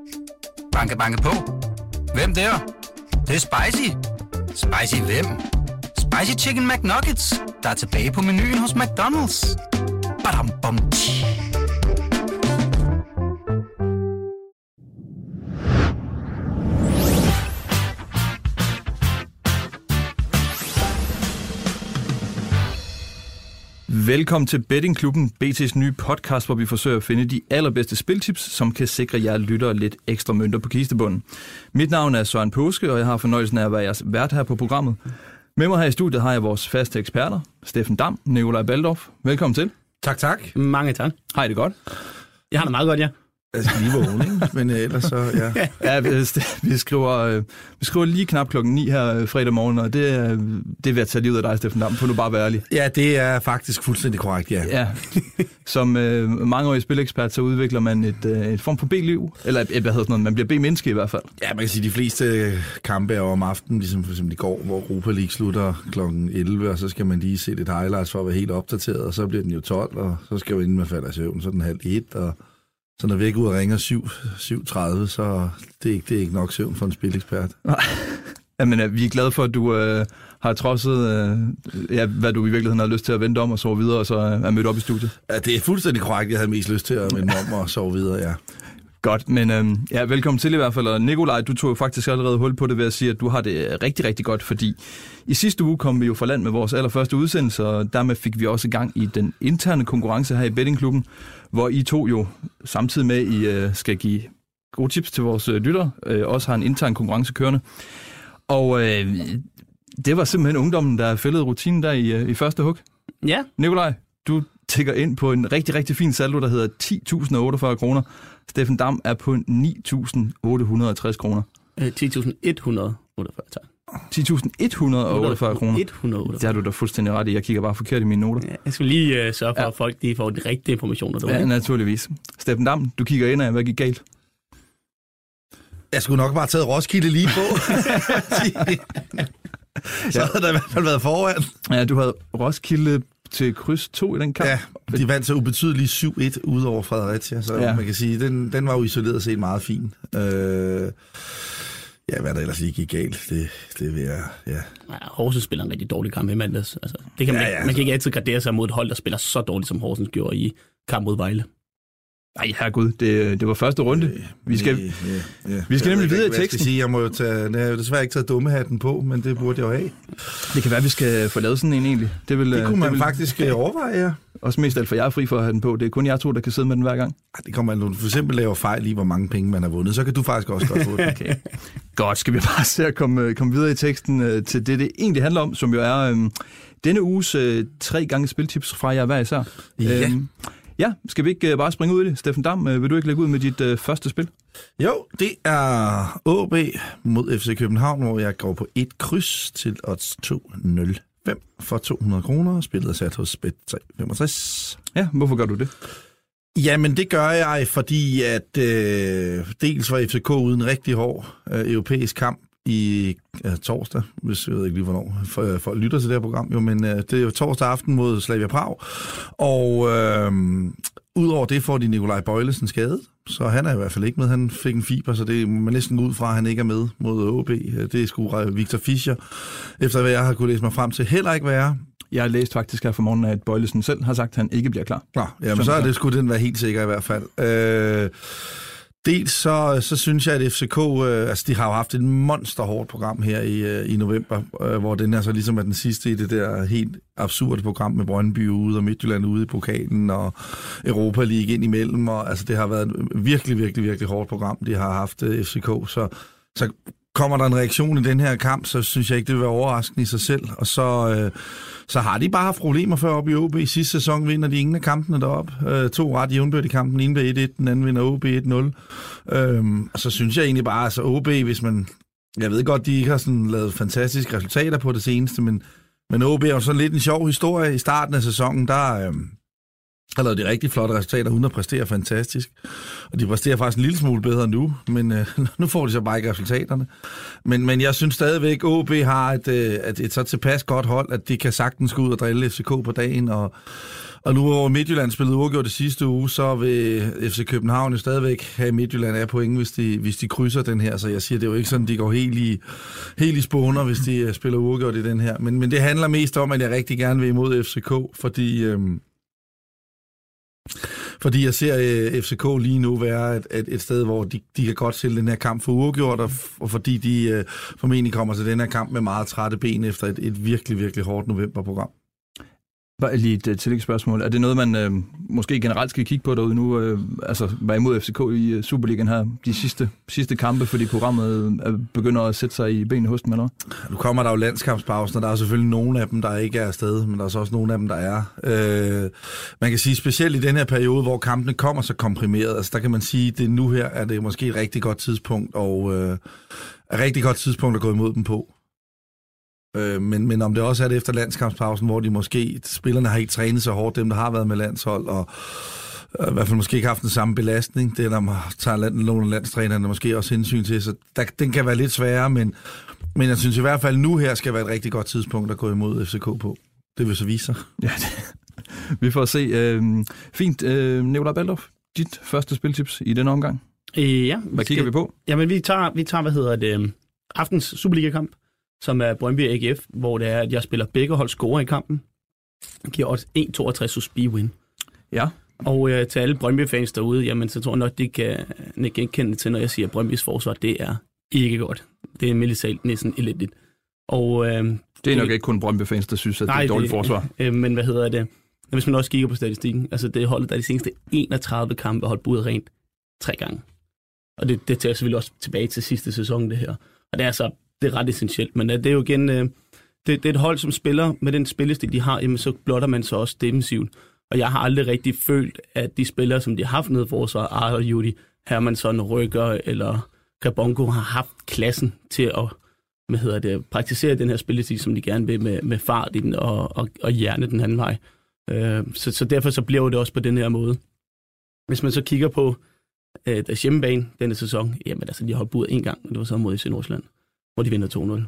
Banke, banke på. Hvem der? Det er spicy. Spicy hvem? Spicy Chicken McNuggets, der er tilbage på menuen hos McDonald's. Badum, bom, tji. Velkommen til Bettingklubben, BT's nye podcast, hvor vi forsøger at finde de allerbedste spiltips, som kan sikre jer lyttere lidt ekstra mønter på kistebunden. Mit navn er Søren Påske, og jeg har fornøjelsen af at være jeres vært her på programmet. Med mig her i studiet har jeg vores faste eksperter, Steffen Dam, Nikolaj Baldorf. Velkommen til. Tak. Mange tak. Hej, det godt? Jeg har det meget godt, ja. Jeg skal lige vågne, ikke? Men ellers så, ja. Ja, vi skriver lige knap klokken 9 her fredag morgen, og det er ved at tage livet af dig, Steffen Dam, for nu bare være ærlig. Ja, det er faktisk fuldstændig korrekt, ja. Ja. Som mangeårig spilekspert, så udvikler man et form for B-liv, eller man bliver B-menneske i hvert fald. Ja, man kan sige, at de fleste kampe er om aftenen, ligesom for eksempel i går, hvor Europa League slutter klokken 11, og så skal man lige se lidt highlights for at være helt opdateret, og så bliver den jo 12, og så skal jo inden man falder i søvn, så er den 12:30, og så når vi ikke ud og ringer 7:30, så det er ikke nok søvn for en spilekspert. Jamen, vi er glade for, at du har trodset, hvad du i virkeligheden har lyst til at vente om og sove videre, og så er mødt op i studiet. Ja, det er fuldstændig korrekt. Jeg havde mest lyst til at vende om og sove videre, ja. Godt, men velkommen til i hvert fald. Og Nikolaj, du tog faktisk allerede hul på det ved at sige, at du har det rigtig, rigtig godt, fordi i sidste uge kom vi jo fra land med vores allerførste udsendelse, og dermed fik vi også gang i den interne konkurrence her i Bettingklubben, hvor I to jo samtidig med, I skal give gode tips til vores lyttere, også har en intern konkurrence kørende. Og det var simpelthen ungdommen, der fældede rutinen der i første hug. Ja. Nikolaj, du tækker ind på en rigtig, rigtig fin saldo, der hedder 10.048 kroner. Steffen Dam er på 9.860 kroner. 10.148, tak. 10.148 kroner. 148. Det har du da fuldstændig ret i. Jeg kigger bare forkert i mine noter. Ja, jeg skal lige sørge for, at folk de får de rigtige informationer. Der ja, naturligvis. Steffen Dam, du kigger ind af, hvad gik galt? Jeg skulle nok bare taget Roskilde lige på. Så havde der i hvert fald været foran. Ja, du havde Roskilde til kryds 2 i den kamp. Ja, de vandt så ubetydeligt 7-1 ude over Fredericia, så man kan sige, den var jo isoleret set meget fin. Ja, hvad der ellers lige gik galt, det vil jeg, ja. Horsens spiller en rigtig dårlig kamp i mandags. Altså, det kan man kan ikke altid gardere sig mod et hold, der spiller så dårligt, som Horsens gjorde i kamp mod Vejle. Nej, herregud, det var første runde. Vi skal nemlig videre i teksten. Jeg må jo jeg har desværre ikke taget dummehatten på, men det burde jeg jo have. Det kan være, at vi skal få lavet sådan en egentlig. Det kunne man faktisk overveje, ja. Også mest alt for jeg er fri for at have den på. Det er kun jer to, der kan sidde med den hver gang. Det kommer man, for eksempel laver fejl i, hvor mange penge man har vundet. Så kan du faktisk også godt få det. Okay. Godt, skal vi bare se at komme videre i teksten til det egentlig handler om, som jo er denne uges 3 gange spiltips fra jer hver især. Ja. Ja, skal vi ikke bare springe ud i det? Steffen Dam, vil du ikke lægge ud med dit første spil? Jo, det er AaB mod FC København, hvor jeg går på 1 kryds til odds 2,05 for 200 kroner. Spillet er sat hos Bet365. Ja, hvorfor gør du det? Jamen, det gør jeg, fordi at dels var FCK uden rigtig hård europæisk kamp i torsdag, hvis jeg ved ikke lige hvornår folk lytter til det her program, jo, men det er jo torsdag aften mod Slavia Prag, og udover det får de Nikolaj Bøjlesen skadet, så han er i hvert fald ikke med, han fik en fiber, så det må man næsten gå ud fra, at han ikke er med mod AaB. Det er sgu Victor Fischer, efter hvad jeg har kunne læse mig frem til, heller ikke være. Jeg har læst faktisk her for morgenen, at Bøjlesen selv har sagt, at han ikke bliver klar. Nå, jamen så er det skulle den være helt sikker i hvert fald. Dels så synes jeg, at FCK, de har jo haft et monsterhårdt program her i november, hvor den er så ligesom er den sidste i det der helt absurde program med Brøndby ude og Midtjylland ude i pokalen og Europa League ind imellem. Og, altså, det har været et virkelig, virkelig, virkelig hårdt program, de har haft FCK. Så kommer der en reaktion i den her kamp, så synes jeg ikke, det vil være overraskende i sig selv. Og så har de bare haft problemer før op i AaB. I sidste sæson vinder de ingen af kampene deroppe. 2 ret jævnbyrdige i kampen. En ved 1-1, den anden vinder AaB 1-0. Og så synes jeg egentlig bare, altså AaB, hvis man... Jeg ved godt, de ikke har sådan lavet fantastiske resultater på det seneste, men AaB er jo sådan lidt en sjov historie. I starten af sæsonen, der har lavet de rigtig flotte resultater, uden at præstere fantastisk. Og de præsterer faktisk en lille smule bedre nu, men nu får de så bare ikke resultaterne. Men jeg synes stadigvæk, OB har et så tilpas godt hold, at de kan sagtens gå ud og drille FCK på dagen. Og nu hvor Midtjylland spillede uafgjort det sidste uge, så vil FC København jo stadigvæk have Midtjylland af point, hvis de krydser den her. Så jeg siger, det er jo ikke sådan, de går helt i spåner, hvis de spiller uafgjort i den her. Men det handler mest om, at jeg rigtig gerne vil imod FCK, fordi jeg ser FCK lige nu være et sted, hvor de kan godt sælge den her kamp for uafgjort, og fordi de formentlig kommer til den her kamp med meget trætte ben efter et virkelig, virkelig hårdt novemberprogram. Bare lige et tillægsspørgsmål. Er det noget, man måske generelt skal kigge på derude nu? Altså, være imod FCK i Superligaen her de sidste kampe, fordi programmet begynder at sætte sig i benene hos dem, eller? Nu kommer der jo landskampspausen, og der er selvfølgelig nogle af dem, der ikke er afsted, men der er så også nogle af dem, der er. Man kan sige, specielt i den her periode, hvor kampene kommer så komprimeret, altså der kan man sige, at nu her er det måske et rigtig godt tidspunkt, og et rigtig godt tidspunkt at gå imod dem på. Men om det også er det efter landskampspausen, hvor de måske, spillerne har ikke trænet så hårdt, dem der har været med landshold, og i hvert fald måske ikke haft den samme belastning, det der tager nogle af landstrænerne måske også hensyn til, så den kan være lidt sværere, men jeg synes i hvert fald nu her skal være et rigtig godt tidspunkt at gå imod FCK på. Det vil så vise sig. Ja, vi får se. Fint, Nikolaj Baldorf, dit første spiltips i denne omgang. Ja. Hvad kigger vi på? Jamen vi tager aftens Superliga-kamp, som er Brøndby AGF, hvor det er, at jeg spiller begge hold score i kampen. Det giver også 1,62 hos win. Ja. Og til alle Brøndby-fans derude, jamen, så tror jeg nok, de kan genkende til, når jeg siger, at Brøndbys forsvar, det er ikke godt. Det er mildt næsten elendigt. Og, det er nok ikke kun Brøndby-fans, der synes, at det er et dårligt forsvar. Men hvad hedder det? Hvis man også kigger på statistikken, altså det holdet, der de seneste 31 kampe holdt budet rent 3 gange. Og det tager selvfølgelig også tilbage til sidste sæson, det her. Og det er ret essentielt, men det er jo igen, det er et hold, som spiller med den spillestil, de har, jamen så blotter man så også defensivt. Og jeg har aldrig rigtig følt, at de spillere, som de har haft nede i forsvaret, Arthur Judy, Hermansson, Røger eller Kabongo, har haft klassen til at praktisere den her spillestil, som de gerne vil med fart i den og hjerne den anden vej. Så derfor så bliver det også på den her måde. Hvis man så kigger på deres hjemmebane denne sæson, jamen altså de har holdt budet 1 gang, og det var så mod FC Nordsjælland, hvor de vinder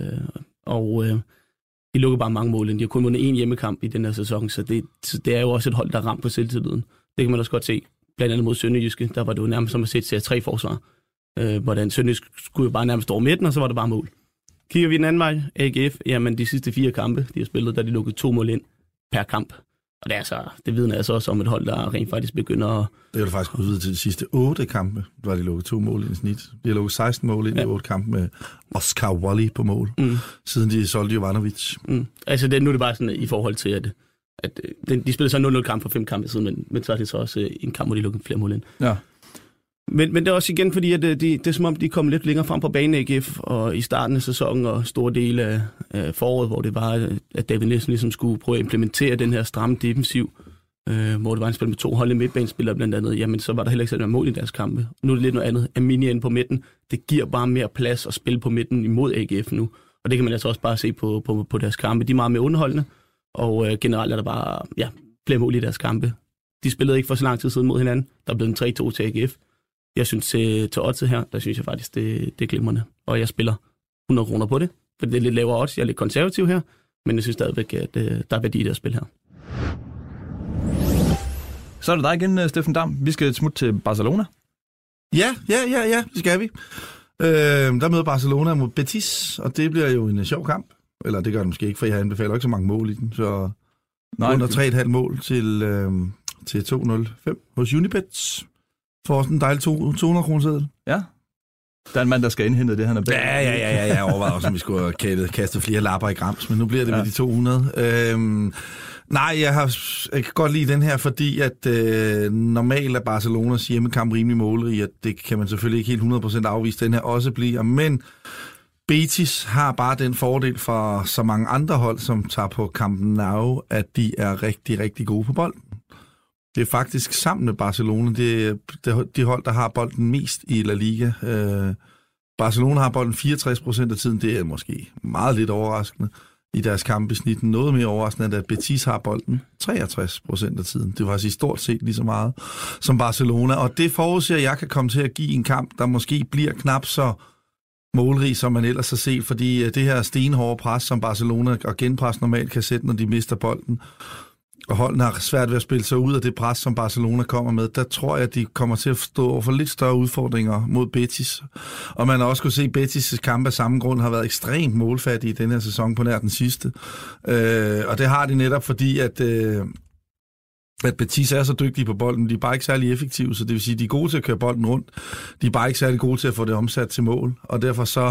2-0. De lukker bare mange mål ind. De har kun vundet 1 hjemmekamp i den her sæson, så det er jo også et hold, der er ramt på selvtilliden. Det kan man også godt se. Blandt andet mod Sønderjyske, der var det jo nærmest som at se et CR3-forsvar. Hvordan Sønderjyske skulle jo bare nærmest over midten, og så var det bare mål. Kigger vi den anden vej, AGF, jamen de sidste 4 kampe, de har spillet, der de lukket 2 mål ind per kamp. Og det vidner altså også om et hold, der rent faktisk begynder at... Det er jo faktisk udvidet til de sidste 8 kampe, hvor de lukket 2 mål i snit. De har lukket 16 mål ind i 8 kampe med Oscar Wally på mål, siden de solgte Jovanovic. Altså nu er det bare sådan i forhold til, at de spillede så 0-0 kamp for 5 kampe siden, men så er det så også en kamp, hvor de lukkede flere mål ind. Ja. Men det er også igen, fordi at det er som om, de kom lidt længere frem på banen AGF, og i starten af sæsonen og store dele af foråret, hvor det var, at David Nielsen ligesom skulle prøve at implementere den her stramme defensiv, hvor det var en spil med 2 hold i midtbanespillere blandt andet, jamen så var der heller ikke sådan mål i deres kampe. Nu er det lidt noget andet. Arminia inde på midten, det giver bare mere plads at spille på midten imod AGF nu, og det kan man altså også bare se på deres kampe. De er meget mere underholdende, og generelt er der bare flere mål i deres kampe. De spillede ikke for så lang tid siden mod hinanden. Der er blevet en 3-2 til AGF. Jeg synes til oddset her, der synes jeg faktisk, det er glimrende. Og jeg spiller 100 kroner på det, for det er lidt lavere odds. Jeg er lidt konservativ her, men jeg synes stadigvæk, at der er værdi i det at spille her. Så er det dig igen, Steffen Dam. Vi skal smutte til Barcelona. Ja, det skal vi. Der møder Barcelona mod Betis, og det bliver jo en sjov kamp. Eller det gør det måske ikke, for jeg anbefaler ikke så mange mål i den. Så under 3,5 mål til 2,05 hos Unibet. For også en dejlig 200 kroner seddel. Ja. Der er en mand, der skal indhente det, han er bag. Ja. Jeg overvejede også, om vi skulle have kastet flere lapper i grams, men nu bliver det med de 200. Nej, jeg kan godt lide den her, fordi at normalt er Barcelonas hjemmekamp rimelig målrig, at det kan man selvfølgelig ikke helt 100% afvise, den her også bliver. Men Betis har bare den fordel for så mange andre hold, som tager på Camp Nou, at de er rigtig, rigtig gode på bolden. Det er faktisk sammen med Barcelona, det er de hold, der har bolden mest i La Liga. Barcelona har bolden 64% af tiden, det er måske meget lidt overraskende. i deres kampe i snit. Noget mere overraskende, at Betis har bolden 63% af tiden. Det var faktisk stort set lige så meget som Barcelona. Og det forudser, at jeg kan komme til at give en kamp, der måske bliver knap så målrig, som man ellers har set, fordi det her stenhårde pres, som Barcelona og genpres normalt kan sætte, når de mister bolden, og holdene har svært ved at spille sig ud af det pres, som Barcelona kommer med, der tror jeg, at de kommer til at stå over for lidt større udfordringer mod Betis. Og man har også kunne se, at Betis' kamp af samme grund har været ekstremt målfattige i den her sæson på nær den sidste. Og det har de netop, fordi at Betis er så dygtige på bolden, de er bare ikke særlig effektive, så det vil sige, at de er gode til at køre bolden rundt, de er bare ikke særlig gode til at få det omsat til mål, og derfor så...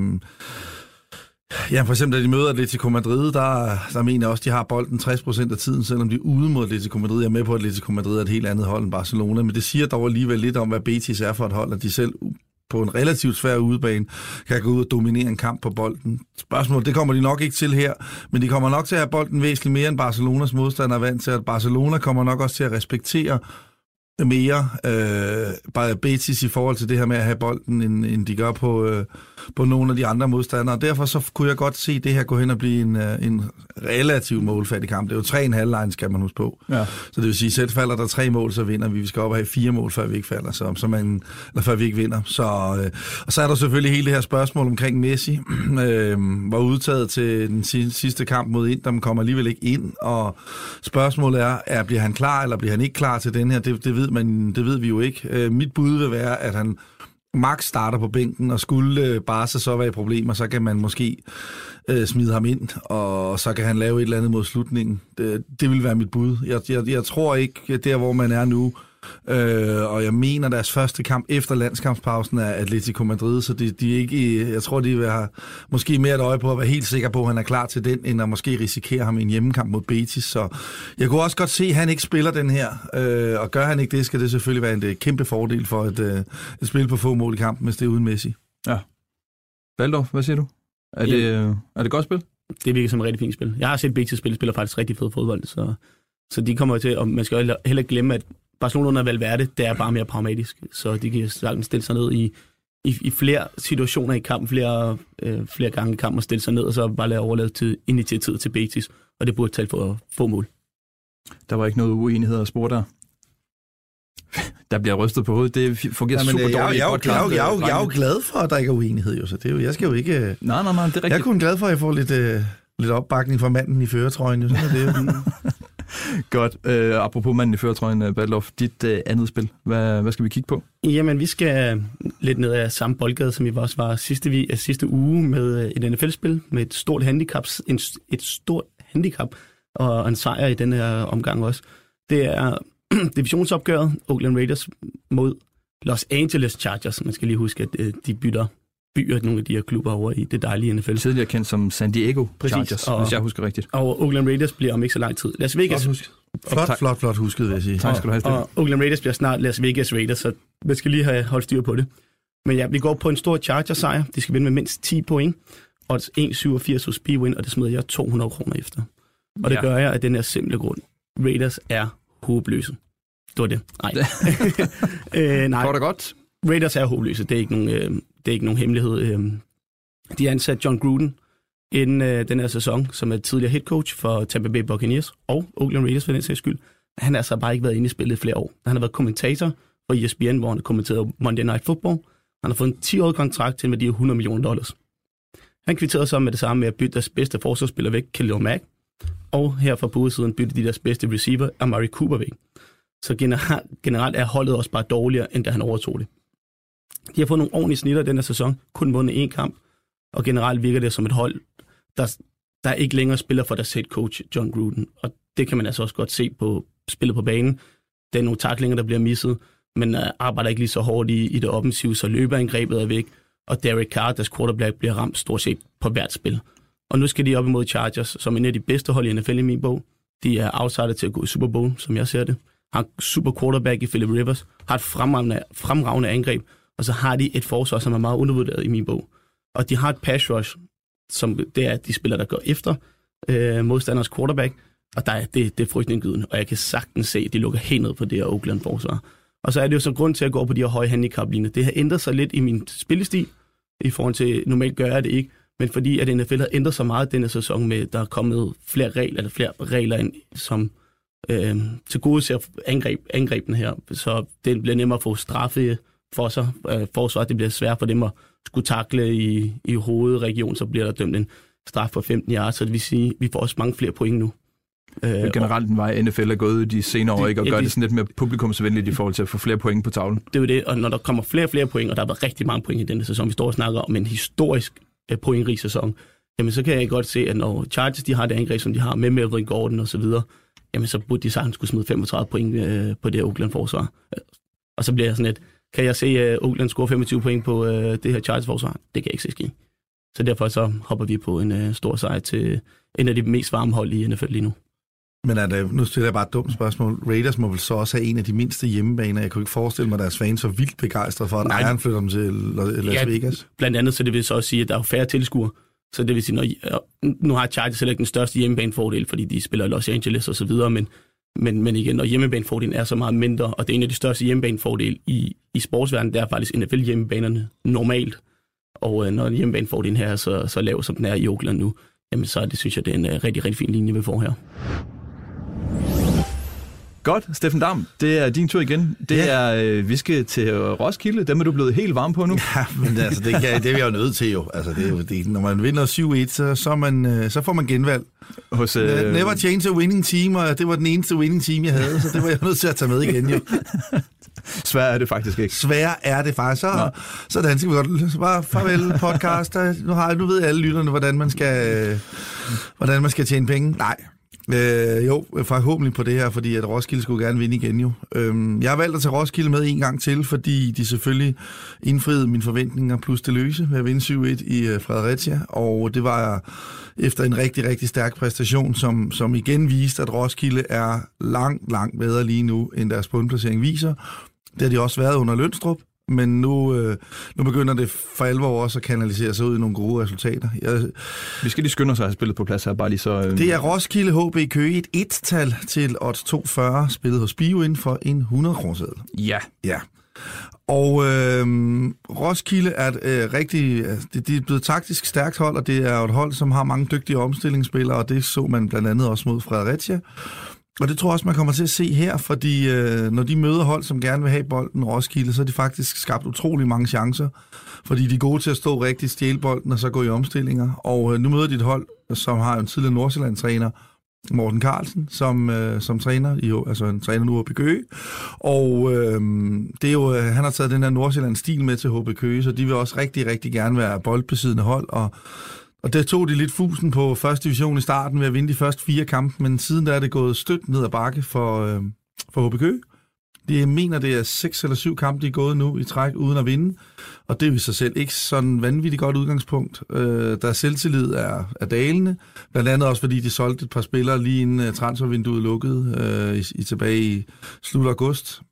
for eksempel, da de møder Atletico Madrid, der mener jeg også, at de har bolden 60% af tiden, selvom de er ude mod Atletico Madrid. Jeg er med på, at Atletico Madrid er et helt andet hold end Barcelona, men det siger dog alligevel lidt om, hvad Betis er for et hold, at de selv på en relativt svær udebane kan gå ud og dominere en kamp på bolden. Spørgsmålet, det kommer de nok ikke til her, men de kommer nok til at have bolden væsentligt mere, end Barcelonas modstander er vant til, at Barcelona kommer nok også til at respektere mere bare Betis i forhold til det her med at have bolden, end de gør på nogle af de andre modstandere. Derfor så kunne jeg godt se det her gå hen og blive en relativt målfattig kamp. Det er jo 3,5 line, skal man huske på. Ja. Så det vil sige, selv falder der 3 mål, så vinder vi. Vi skal op og have 4 mål, før vi ikke falder, før vi ikke vinder. Og så er der selvfølgelig hele det her spørgsmål omkring Messi. Var udtaget til den sidste kamp mod Inter, men kommer alligevel ikke ind. Og spørgsmålet er bliver han klar, eller bliver han ikke klar til den her? Det ved vi jo ikke. Mit bud vil være, at han max starter på bænken, og skulle Barca så være i problemer, så kan man måske smide ham ind, og så kan han lave et eller andet mod slutningen. Det vil være mit bud. Jeg tror ikke, der hvor man er nu, og jeg mener, deres første kamp efter landskampspausen er Atletico Madrid, så de er ikke, jeg tror, de vil have måske mere et øje på at være helt sikker på, at han er klar til den, end at måske risikere ham i en hjemmekamp mod Betis. Så jeg kunne også godt se, at han ikke spiller den her, og gør han ikke det, skal det selvfølgelig være en kæmpe fordel for et spil på få mål i kampen, hvis det er uden Messi. Ja. Valdorf, hvad siger du? Er det godt spil? Det virker som et rigtig fint spil. Jeg har set Betis spiller faktisk rigtig fed fodbold, så de kommer til, og man skal jo heller ikke glemme, at Barcelona under Valverde, det er bare mere pragmatisk, så de kan sagtens stille sig ned i flere situationer i kampen, flere gange i kampen og stille sig ned, og så bare lade overlade til initiativet til Betis, og det burde tale for få mål. Der var ikke noget uenighed at spore der. Der bliver rystet på hovedet. Det fungerer super dårligt. Jeg er jo glad for, at der ikke er uenighed, jo, så det er jo, jeg skal jo ikke... Nej, det er rigtigt. Jeg er kun glad for, at jeg får lidt opbakning fra manden i førertrøjen, jo, så det er jo... Godt. Apropos manden i førertrøjen, Badloff, dit andet spil. Hvad skal vi kigge på? Jamen, vi skal lidt ned af samme boldgade, som vi også var sidste uge med et NFL-spil med et stort handicap og en sejr i den her omgang også. Det er divisionsopgøret Oakland Raiders mod Los Angeles Chargers. Man skal lige huske, at de byer nogle af de her klubber over i det dejlige NFL. Tidligere kendt som San Diego Chargers, hvis jeg husker rigtigt. Og Oakland Raiders bliver om ikke så lang tid Las Vegas. Flot husket, vil jeg sige. Tak skal du have. Og Oakland Raiders bliver snart Las Vegas Raiders, så man skal lige have holdt styr på det. Men ja, vi går på en stor Chargers-sejr. De skal vinde med mindst 10 point. Og 1,87 hos Bwin, og det smider jeg 200 kroner efter. Og det gør jeg af den her simple grund. Raiders er håbløse. Det var det. Nej. Nej. Går det godt? Raiders er håbløse. Det er ikke nogen hemmelighed. De har ansat John Gruden inden den her sæson, som er tidligere head coach for Tampa Bay Buccaneers og Oakland Raiders for den sags skyld. Han har altså bare ikke været inde i spillet i flere år. Han har været kommentator for ESPN, hvor han har kommenteret Monday Night Football. Han har fået en 10-årig kontrakt til en værdi af $100 million. Han kvitterede så med det samme med at bytte deres bedste forsvarsspiller væk, Khalil Mack, og her fra budsiden bytte de deres bedste receiver, Amari Cooper, væk. Så generelt er holdet også bare dårligere, end da han overtog det. De har fået nogle ordentlige snitter den her sæson, kun vundet 1 kamp, og generelt virker det som et hold, der ikke længere spiller for deres head coach, John Gruden. Og det kan man altså også godt se på spillet på banen. Der er nogle tacklinger, der bliver misset, men arbejder ikke lige så hårdt i det offensive, så løbeangrebet er væk, og Derek Carr, deres quarterback, bliver ramt stort set på hvert spil. Og nu skal de op imod Chargers, som er en af de bedste hold i NFL i min bog. De er outsider til at gå i Super Bowl, som jeg ser det. Har en super quarterback i Philip Rivers, har et fremragende angreb, og så har de et forsvar, som er meget undervurderet i min bog. Og de har et pass rush, som det er de spillere, der går efter modstanders quarterback, og det er frygtindgydende, og jeg kan sagtens se, at de lukker helt ned på det her Oakland-forsvar. Og så er det jo så grund til at gå på de her høje handicap-linjer. Det har ændret sig lidt i min spillestil, i forhold til, normalt gør jeg det ikke, Men fordi at NFL har ændret så meget denne sæson med, der er kommet flere regler ind, som til gode ser angrebene her, så det bliver nemmere at få straffe for sig. Forsvaret, det bliver svært for dem at skulle takle i hovedregionen, så bliver der dømt en straf på 15 yards, så det vil sige, at vi får også mange flere point nu. Generelt den vej, NFL er gået de senere år, ikke, og gør det sådan lidt mere publikumsvenligt i forhold til at få flere point på tavlen. Det er jo det, og når der kommer flere point, og der har været rigtig mange point i denne sæson, vi står og snakker om en historisk pointrig sæson, jamen så kan jeg godt se, at når Chargers de har det angreb, som de har med Melvin Gordon og så videre, jamen så burde de sagtens skulle smide 35 point på det Oakland-forsvar. Og så bliver jeg sådan lidt, kan jeg se Oakland score 25 point på det her Chargers-forsvar? Det kan jeg ikke se ske. Så derfor så hopper vi på en stor sejr til en af de mest varme hold i NFL lige nu. Men nu stiller jeg bare et dumt spørgsmål. Raiders må vel så også have en af de mindste hjemmebaner. Jeg kunne ikke forestille mig, at deres fans var vildt begejstrede for, at ejeren flytter dem til Las Vegas. Blandt andet, så det vil så også sige, at der er færre tilskuere. Så det vil sige, nu har Chargers heller ikke den største hjemmebanefordel, fordi de spiller i Los Angeles og så videre, men igen, når hjemmebanefordelen er så meget mindre, og det er en af de største hjemmebanefordele i sportsverdenen, der er faktisk NFL hjemmebanerne normalt. Og når hjemmebanefordelen her er så lav, som den er i Oakland nu, jamen så synes jeg, det er en rigtig, rigtig fin linje, vi får her. Godt, Steffen Dam, det er din tur igen. Vi skal til Roskilde, dem er du blevet helt varm på nu. Ja, men altså, det er vi jo nødt til jo. Altså, det er jo det. Når man vinder 7-1, så får man genvalg. Hos, Never change a winning team, og det var den eneste winning team, jeg havde, så det var jeg nødt til at tage med igen jo. Svær er det faktisk ikke. Svær er det faktisk. Så danser vi godt. Bare farvel podcast. Nu ved alle lytterne, hvordan man skal tjene penge. Nej. Jo, forhåbentlig på det her, fordi at Roskilde skulle gerne vinde igen jo. Jeg har valgt at tage Roskilde med en gang til, fordi de selvfølgelig indfriede mine forventninger plus det løse ved at vinde 7-1 i Fredericia, og det var efter en rigtig, rigtig stærk præstation, som igen viste, at Roskilde er langt bedre lige nu, end deres bundplacering viser. Det har de også været under Lønstrup. Men nu begynder det for alvor også at kanalisere sig ud i nogle gode resultater. Vi skal lige skynde os at have spillet på plads her, bare lige så... Det er Roskilde HB Køge, et et-tal til odds 240, spillet hos BioIn for en 100 kroneseddel. Ja. Og Roskilde er et rigtig... Det er blevet taktisk stærkt hold, og det er et hold, som har mange dygtige omstillingsspillere, og det så man blandt andet også mod Fredericia. Og det tror jeg også, man kommer til at se her, fordi når de møder hold, som gerne vil have bolden Roskilde, så har de faktisk skabt utrolig mange chancer, fordi de er gode til at stå rigtigt, stjæle bolden og så gå i omstillinger. Og nu møder de et hold, som har en tidligere Nordsjælland-træner, Morten Carlsen, som træner, altså han træner nu HB Køge. Og det er jo, han har taget den her Nordsjælland-stil med til HB Køge, så de vil også rigtig, rigtig gerne være boldbesiddende hold, og der tog de lidt fusen på første division i starten ved at vinde de første 4 kampe, men siden der er det gået stødt ned ad bakke for HB Køge. De mener, det er 6 eller 7 kampe, de er gået nu i træk uden at vinde, og det er i sig selv ikke sådan vanvittigt godt udgangspunkt. Deres selvtillid er dalende, blandt andet også fordi de solgte et par spillere lige inden transfervinduet lukkede tilbage i slut august.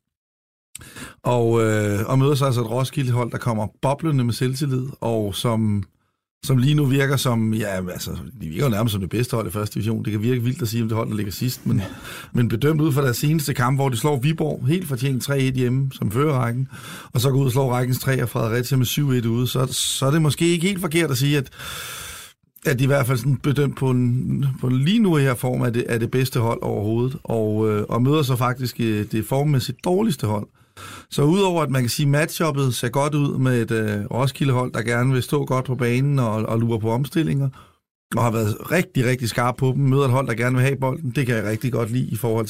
Og møder sig altså et Roskilde-hold, der kommer boblende med selvtillid, og som lige nu virker som, de virker jo nærmest som det bedste hold i første division. Det kan virke vildt at sige, om det hold, der ligger sidst, men bedømt ud fra deres seneste kamp, hvor de slår Viborg helt fortjent 3-1 hjemme som førerrækken, og så går ud og slår rækkens 3 og Fredericia med 7-1 ude, så er det måske ikke helt forkert at sige, at de i hvert fald sådan bedømt på en lige nu i her form er det bedste hold overhovedet, og møder så faktisk det formmæssigt dårligste hold. Så udover at man kan sige, at matchuppet ser godt ud med et Roskilde-hold, der gerne vil stå godt på banen og lure på omstillinger, og har været rigtig, rigtig skarp på dem, møder et hold, der gerne vil have bolden, det kan jeg rigtig godt lide i forhold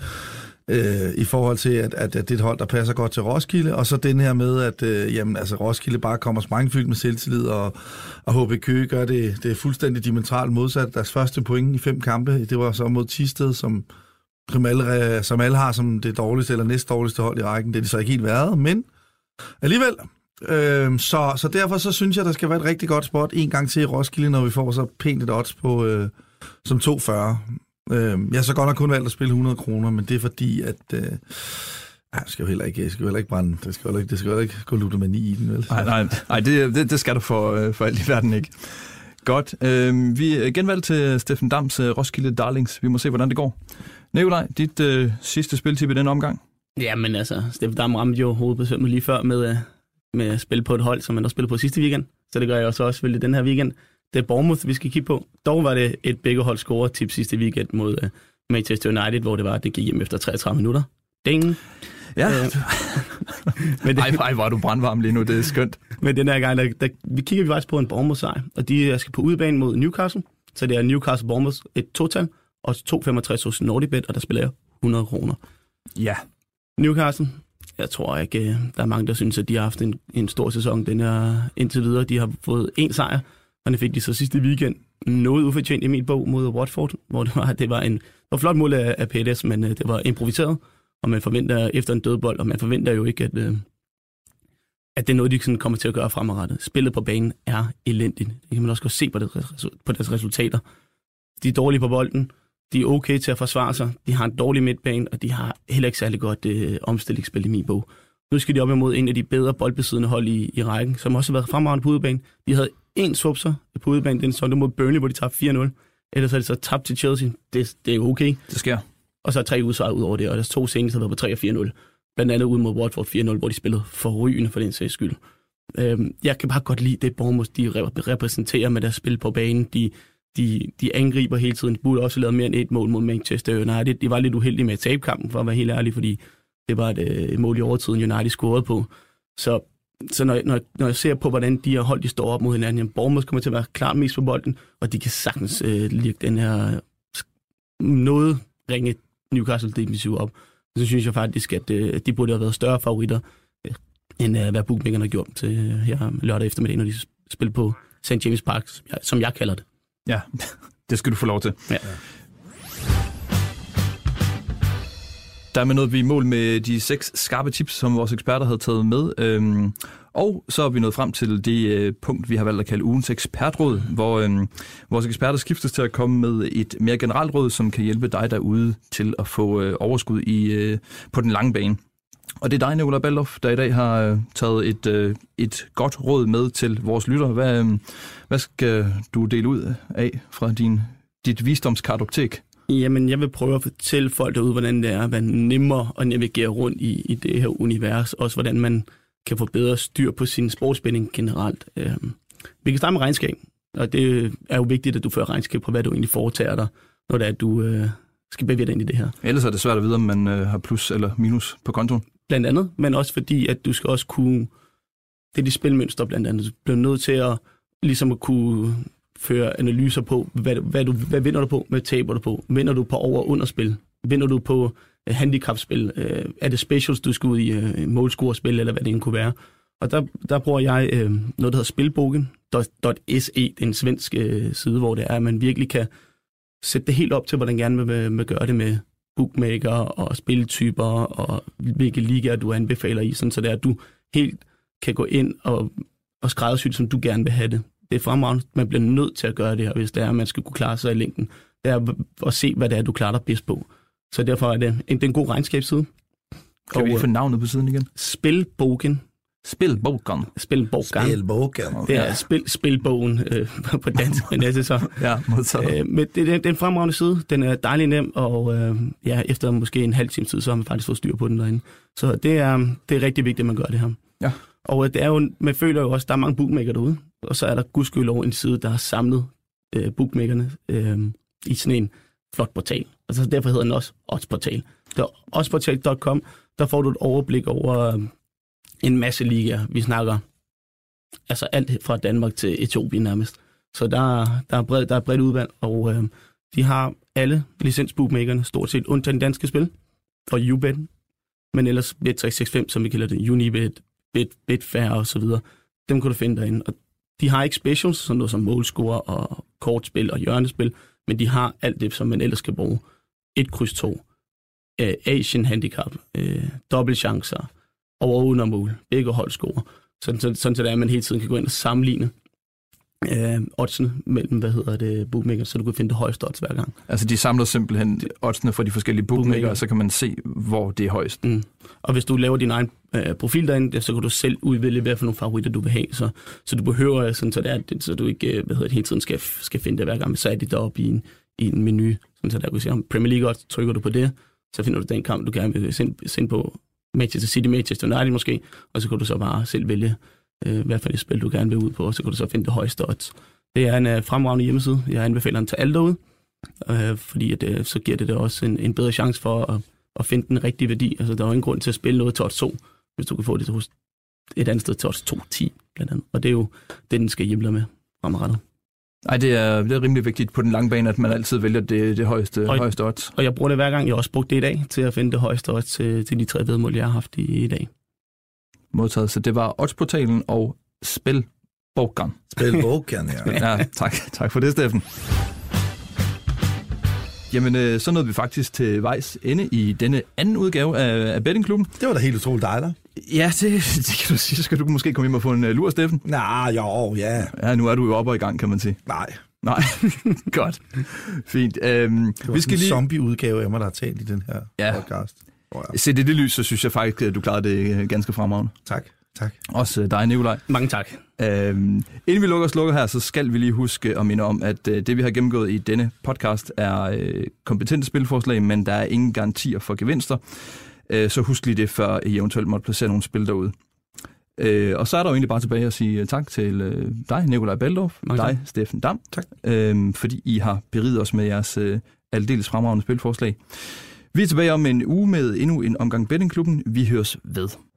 til, at det er et hold, der passer godt til Roskilde, og så den her med, at Roskilde bare kommer sprængfyldt med selvtillid, og HB Køge gør det er fuldstændig diametralt modsat. Deres første point i 5 kampe, det var så mod Thisted, som alle har som det dårligste eller næst dårligste hold i rækken. Det er de så ikke helt været, men alligevel. Så derfor så synes jeg, der skal være et rigtig godt spot en gang til i Roskilde, når vi får så pænt et odds på som 240. Jeg har så godt nok kun valgt at spille 100 kroner, men det er fordi, at jeg skal jo heller ikke brænde. Det skal jo ikke gå ludomani i den, vel? Nej, det skal du for alt i verden ikke. Godt. Vi er genvalgt til Steffen Dams Roskilde Darlings. Vi må se, hvordan det går. Nikolaj, dit sidste spiltip i den omgang? Jamen altså, Steffen Dam ramte jo hovedbesømmet lige før med at spille på et hold, som man også spillede på sidste weekend. Så det gør jeg også selvfølgelig den her weekend. Det er Bournemouth, vi skal kigge på. Dog var det et begge hold score tip sidste weekend mod Manchester United, hvor det var, at det gik hjem efter 33 minutter. Ding! Ja. Men ej, hvor er du brandvarm lige nu, det er skønt. Men den her gang, vi kigger faktisk på en Bournemouth-sejr, og de skal på udebane mod Newcastle. Så det er Newcastle-Bournemouth et total, og 2,65 hos NordicBet, og der spiller jeg 100 kroner. Ja. Newcastle, jeg tror ikke, der er mange, der synes, at de har haft en stor sæson. Den er indtil videre. De har fået 1 sejr, og det fik de så sidste weekend noget ufortjent i min bog mod Watford, hvor det var et flot mål af Pérez, men det var improviseret, og man forventer efter en dødbold, og man forventer jo ikke, at det er noget, de sådan kommer til at gøre fremadrettet. Spillet på banen er elendigt. Det kan man også godt se på deres resultater. De er dårlige på bolden, de er okay til at forsvare sig, de har en dårlig midtbane, og de har heller ikke særlig godt omstillingsspil i min bog. Nu skal de op imod en af de bedre boldbesiddende hold i rækken, som også har været fremragende på udebane. De havde 1 svupser på udebane den søndag mod Burnley, hvor de tabte 4-0. Ellers er det så tabt til Chelsea. Det er jo okay. Det sker. Og så 3 udsejre ud over det, og deres 2 seneste har været på 3 og 4-0. Blandt andet ud mod Watford 4-0, hvor de spillede forrygende for den sags skyld. Jeg kan bare godt lide det, Bournemouth de repræsenterer med deres spil på banen. De angriber hele tiden. De burde også lave mere end 1 mål mod Manchester United. De var lidt uheldige med at tabe kampen, for at være helt ærlig, fordi det var et mål i overtiden, United scorede på. Så når jeg ser på, hvordan de her hold de står op mod hinanden, jamen Bournemouth kommer til at være klart mest på bolden, og de kan sagtens lægge den her noget ringe Newcastle defensiv op. Så synes jeg faktisk, at de burde have været større favoritter, end hvad bookmakerne har gjort til her lørdag eftermiddag, når de spiller på St. James Park, som jeg kalder det. Ja, det skal du få lov til. Ja. Der er med noget, vi er i mål med de 6 skarpe tips, som vores eksperter havde taget med. Og så er vi nået frem til det punkt, vi har valgt at kalde ugens ekspertråd, hvor vores eksperter skiftes til at komme med et mere generelt råd, som kan hjælpe dig derude til at få overskud på den lange bane. Og det er dig, Nicolai Baldoff, der i dag har taget et godt råd med til vores lytter. Hvad skal du dele ud af fra dit visdomskartoptek? Jamen, jeg vil prøve at fortælle folk derude, hvordan det er at være nemmere at navigere rundt i det her univers. Også hvordan man kan få bedre styr på sin sportsspænding generelt. Vi kan starte med regnskab, og det er jo vigtigt, at du fører regnskab på, hvad du egentlig foretager dig, når det er, at du skal bevæge dig ind i det her. Ellers er det svært at vide, om man har plus eller minus på kontoen. Blandt andet, men også fordi, at du skal også kunne... Det er de spilmønster blandt andet. Du bliver nødt til at kunne føre analyser på, hvad vinder du på, hvad taber du på. Vinder du på over- og underspil? Vinder du på handicapspil? Er det specials, du skal ud i målscorespil, eller hvad det end kunne være? Og der bruger jeg noget, der hedder Spilbogen.se. Det er en svensk side, hvor det er, at man virkelig kan sætte det helt op til, hvordan gerne vil gøre det med bookmaker og spiltyper, og hvilke ligaer du anbefaler i, sådan så det er, at du helt kan gå ind og skræddersy det, som du gerne vil have det. Det er fremragende. Man bliver nødt til at gøre det her, hvis det er, at man skal kunne klare sig i længden. Det er at se, hvad det er, du klarer dig bedst på. Så derfor er det en god regnskabsside. Kan vi få navnet på siden igen? Spilbogen. Spilbogen. Det er spilbogen på dansk, men det er det så. Ja, modtaget. Men det er en fremragende side. Den er dejlig nem, og efter måske en halv times tid, så har man faktisk fået styr på den derinde. Så det er rigtig vigtigt, at man gør det her. Ja. Og det er jo, man føler jo også, at der er mange bookmaker derude, og så er der gudskelov en side, der har samlet bookmakerne i sådan en flot portal. Altså derfor hedder den også Oddsportal. Det er oddsportal.com, der får du et overblik over en masse ligaer. Vi snakker altså alt fra Danmark til Etiopien nærmest. Så der er bredt udvalg, og de har alle licensbookmakerne, stort set undtagen den danske spil, og UBet, men ellers Bet365, som vi kalder det, Unibet, Betfair og så videre. Dem kan du finde derinde. Og de har ikke specials, sådan noget som målscore og kortspil og hjørnespil, men de har alt det, som man ellers skal bruge. 1x2, Asian Handicap, dobbeltchancer, over og under mål, begge hold scorer. Sådan så det er, at man hele tiden kan gå ind og sammenligne oddsene mellem, bookmaker, så du kan finde det højeste odds hver gang. Altså de samler simpelthen oddsene fra de forskellige bookmaker, og så kan man se, hvor det er højst. Mm. Og hvis du laver din egen profil derinde, så kan du selv udvælge, hvad for nogle favoritter du vil have. Så du behøver sådan, så du ikke hele tiden skal finde det hver gang, men så er det deroppe i en menu. Sådan, så der kan sige, om Premier League odds, trykker du på det, så finder du den kamp, du gerne vil sende på Manchester City, Manchester United måske, og så kan du så bare selv vælge, hvad for et spil du gerne vil ud på, og så kan du så finde det højeste odds. Det er en fremragende hjemmeside. Jeg anbefaler den til alle derude, fordi at, så giver det også en bedre chance for at finde den rigtige værdi. Altså, der er jo ingen grund til at spille noget til odds 2, hvis du kan få det hos et andet sted til odds 2.10 blandt andet. Og det er jo det, den skal hjælpe med fremadrettet. Nej, det er rimelig vigtigt på den lange bane, at man altid vælger det højeste odds. Og jeg bruger det hver gang. Jeg har også brugt det i dag til at finde det højeste odds til de 3 vedmål, jeg har haft i dag. Modtaget. Så det var Oddsportalen og Spilbokeren. Spilbokeren, ja. Ja, tak for det, Steffen. Jamen, så nåede vi faktisk til vejs ende i denne anden udgave af Bettingklubben. Det var da helt utroligt dejligt. Ja, det kan du sige. Så skal du måske komme hjem og få en lur, Steffen. Ja. Ja, nu er du jo oppe og i gang, kan man sige. Nej. Godt. Fint. Det var en zombie-udgave af mig, der har talt i den her podcast. Set i det lys, så synes jeg faktisk, at du klarede det ganske fremragende. Tak. Også dig, Nikolaj. Mange tak. Inden vi lukker og slukker her, så skal vi lige huske at minde om, at det, vi har gennemgået i denne podcast, er kompetente spilforslag, men der er ingen garantier for gevinster. Så husk lige det, før I eventuelt måtte placere nogle spil derude. Og så er der jo egentlig bare tilbage at sige tak til dig, Nikolaj Baldorf, dig, Steffen Dam, tak. Fordi I har beriget os med jeres aldeles fremragende spilforslag. Vi er tilbage om en uge med endnu en omgang Bettingklubben. Vi høres ved.